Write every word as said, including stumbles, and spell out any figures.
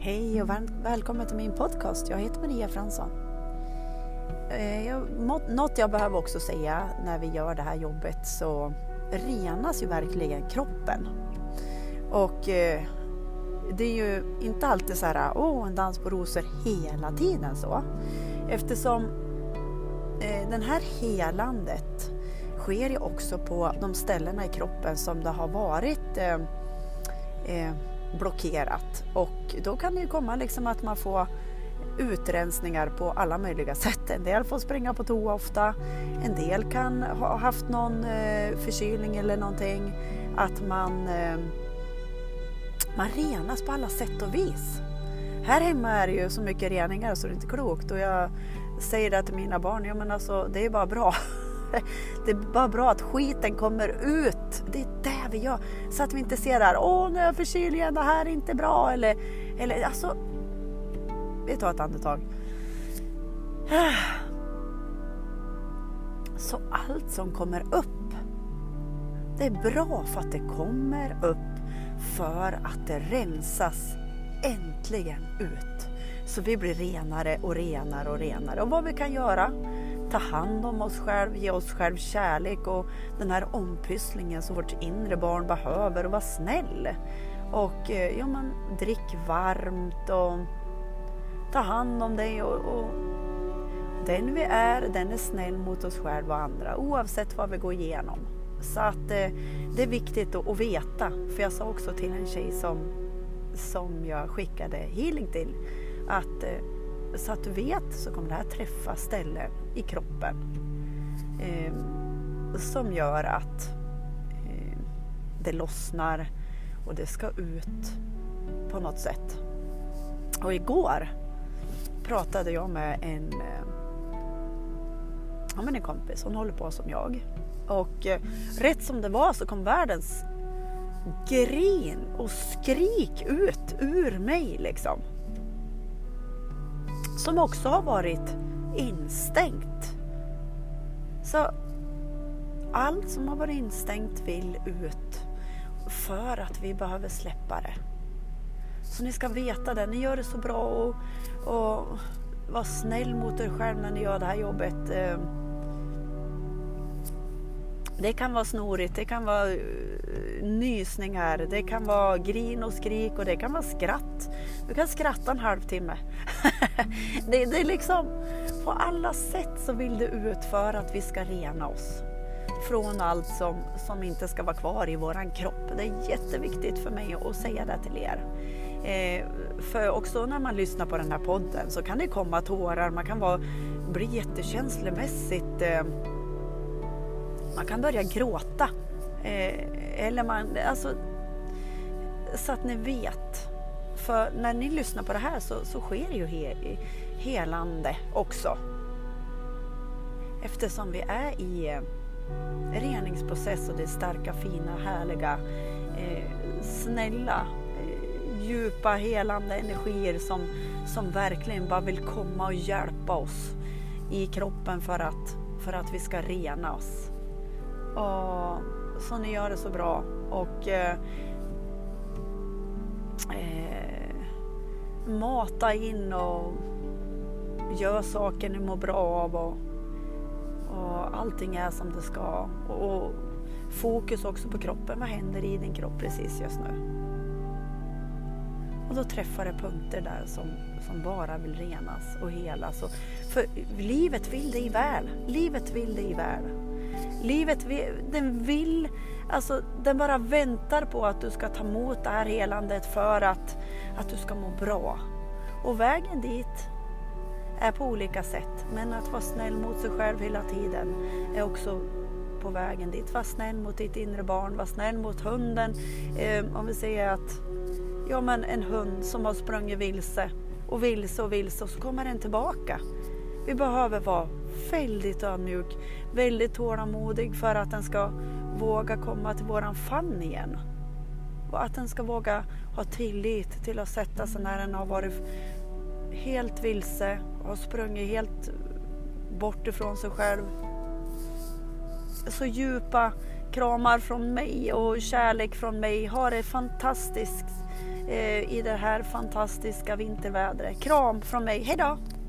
Hej och varmt välkommen till min podcast. Jag heter Maria Fransson. Något jag behöver också säga när vi gör det här jobbet, så renas ju verkligen kroppen. Och det är ju inte alltid så här, åh, en dans på rosor hela tiden så. Eftersom den här helandet sker ju också på de ställena i kroppen som det har varit eh, eh, blockerat. Och då kan det ju komma liksom att man får utrensningar på alla möjliga sätt. En del får springa på toa ofta. En del kan ha haft någon eh, förkylning eller någonting. Att man, eh, man renas på alla sätt och vis. Här hemma är det ju så mycket reningar så det är inte klokt. Och jag säger det till mina barn, ja men alltså det är bara bra. Det är bara bra att skiten kommer ut. Det är det vi gör. Så att vi inte ser där, åh nu är jag förkyld igen, det här är inte bra. Eller, eller alltså, vi tar ett andetag. Så allt som kommer upp, det är bra för att det kommer upp. För att det rensas äntligen ut. Så vi blir renare och renare och renare. Och vad vi kan göra, ta hand om oss själv, ge oss själv kärlek och den här ompysslingen som vårt inre barn behöver, och vara snäll. Och ja, man drick varmt och ta hand om dig. Och, och den vi är, den är snäll mot oss själva och andra, oavsett vad vi går igenom. Så att eh, det är viktigt att, att veta. För jag sa också till en tjej som, som jag skickade healing till, att eh, så att du vet, så kommer det här träffa ställen i kroppen eh, som gör att eh, det lossnar och det ska ut på något sätt. Och igår pratade jag med en, eh, ja, men en kompis, hon håller på som jag. Och eh, rätt som det var så kom världens grin och skrik ut ur mig liksom. Som också har varit instängt. Så allt som har varit instängt vill ut. För att vi behöver släppa det. Så ni ska veta det. Ni gör det så bra. Och, och var snäll mot er själv när ni gör det här jobbet. Det kan vara snorigt. Det kan vara nysningar. Det kan vara grin och skrik. Och det kan vara skratt. Du kan skratta en halvtimme. det, det är liksom på alla sätt så vill det ut för att vi ska rena oss från allt som, som inte ska vara kvar i våran kropp. Det är jätteviktigt för mig att säga det till er. Eh, för också när man lyssnar på den här podden så kan det komma tårar. Man kan vara, bli jättekänslomässigt. Eh, man kan börja gråta. Eh, eller man, alltså, så att ni vet. För när ni lyssnar på det här så, så sker ju he, helande också. Eftersom vi är i eh, reningsprocess och det är starka, fina, härliga, eh, snälla, eh, djupa, helande energier som, som verkligen bara vill komma och hjälpa oss i kroppen för att, för att vi ska rena oss. Och så ni gör det så bra. Och eh, eh, mata in och gör saker ni mår bra av. Och, och allting är som det ska. Och, och fokus också på kroppen. Vad händer i din kropp precis just nu? Och då träffar det punkter där som, som bara vill renas och helas. Och, för livet vill dig väl. Livet vill dig väl. Livet, den vill, alltså den bara väntar på att du ska ta emot det här helandet för att, att du ska må bra. Och vägen dit är på olika sätt. Men att vara snäll mot sig själv hela tiden är också på vägen dit. Var snäll mot ditt inre barn, var snäll mot hunden. Eh, om vi säger att ja, men en hund som har sprungit vilse och vilse och vilse och så kommer den tillbaka. Vi behöver vara väldigt ödmjuk, väldigt tålamodig för att den ska våga komma till våran famn igen. Och att den ska våga ha tillit till att sätta sig när den har varit helt vilse och har sprungit helt bort ifrån sig själv. Så djupa kramar från mig och kärlek från mig. Ha det fantastiskt eh, i det här fantastiska vintervädret. Kram från mig. Hej då!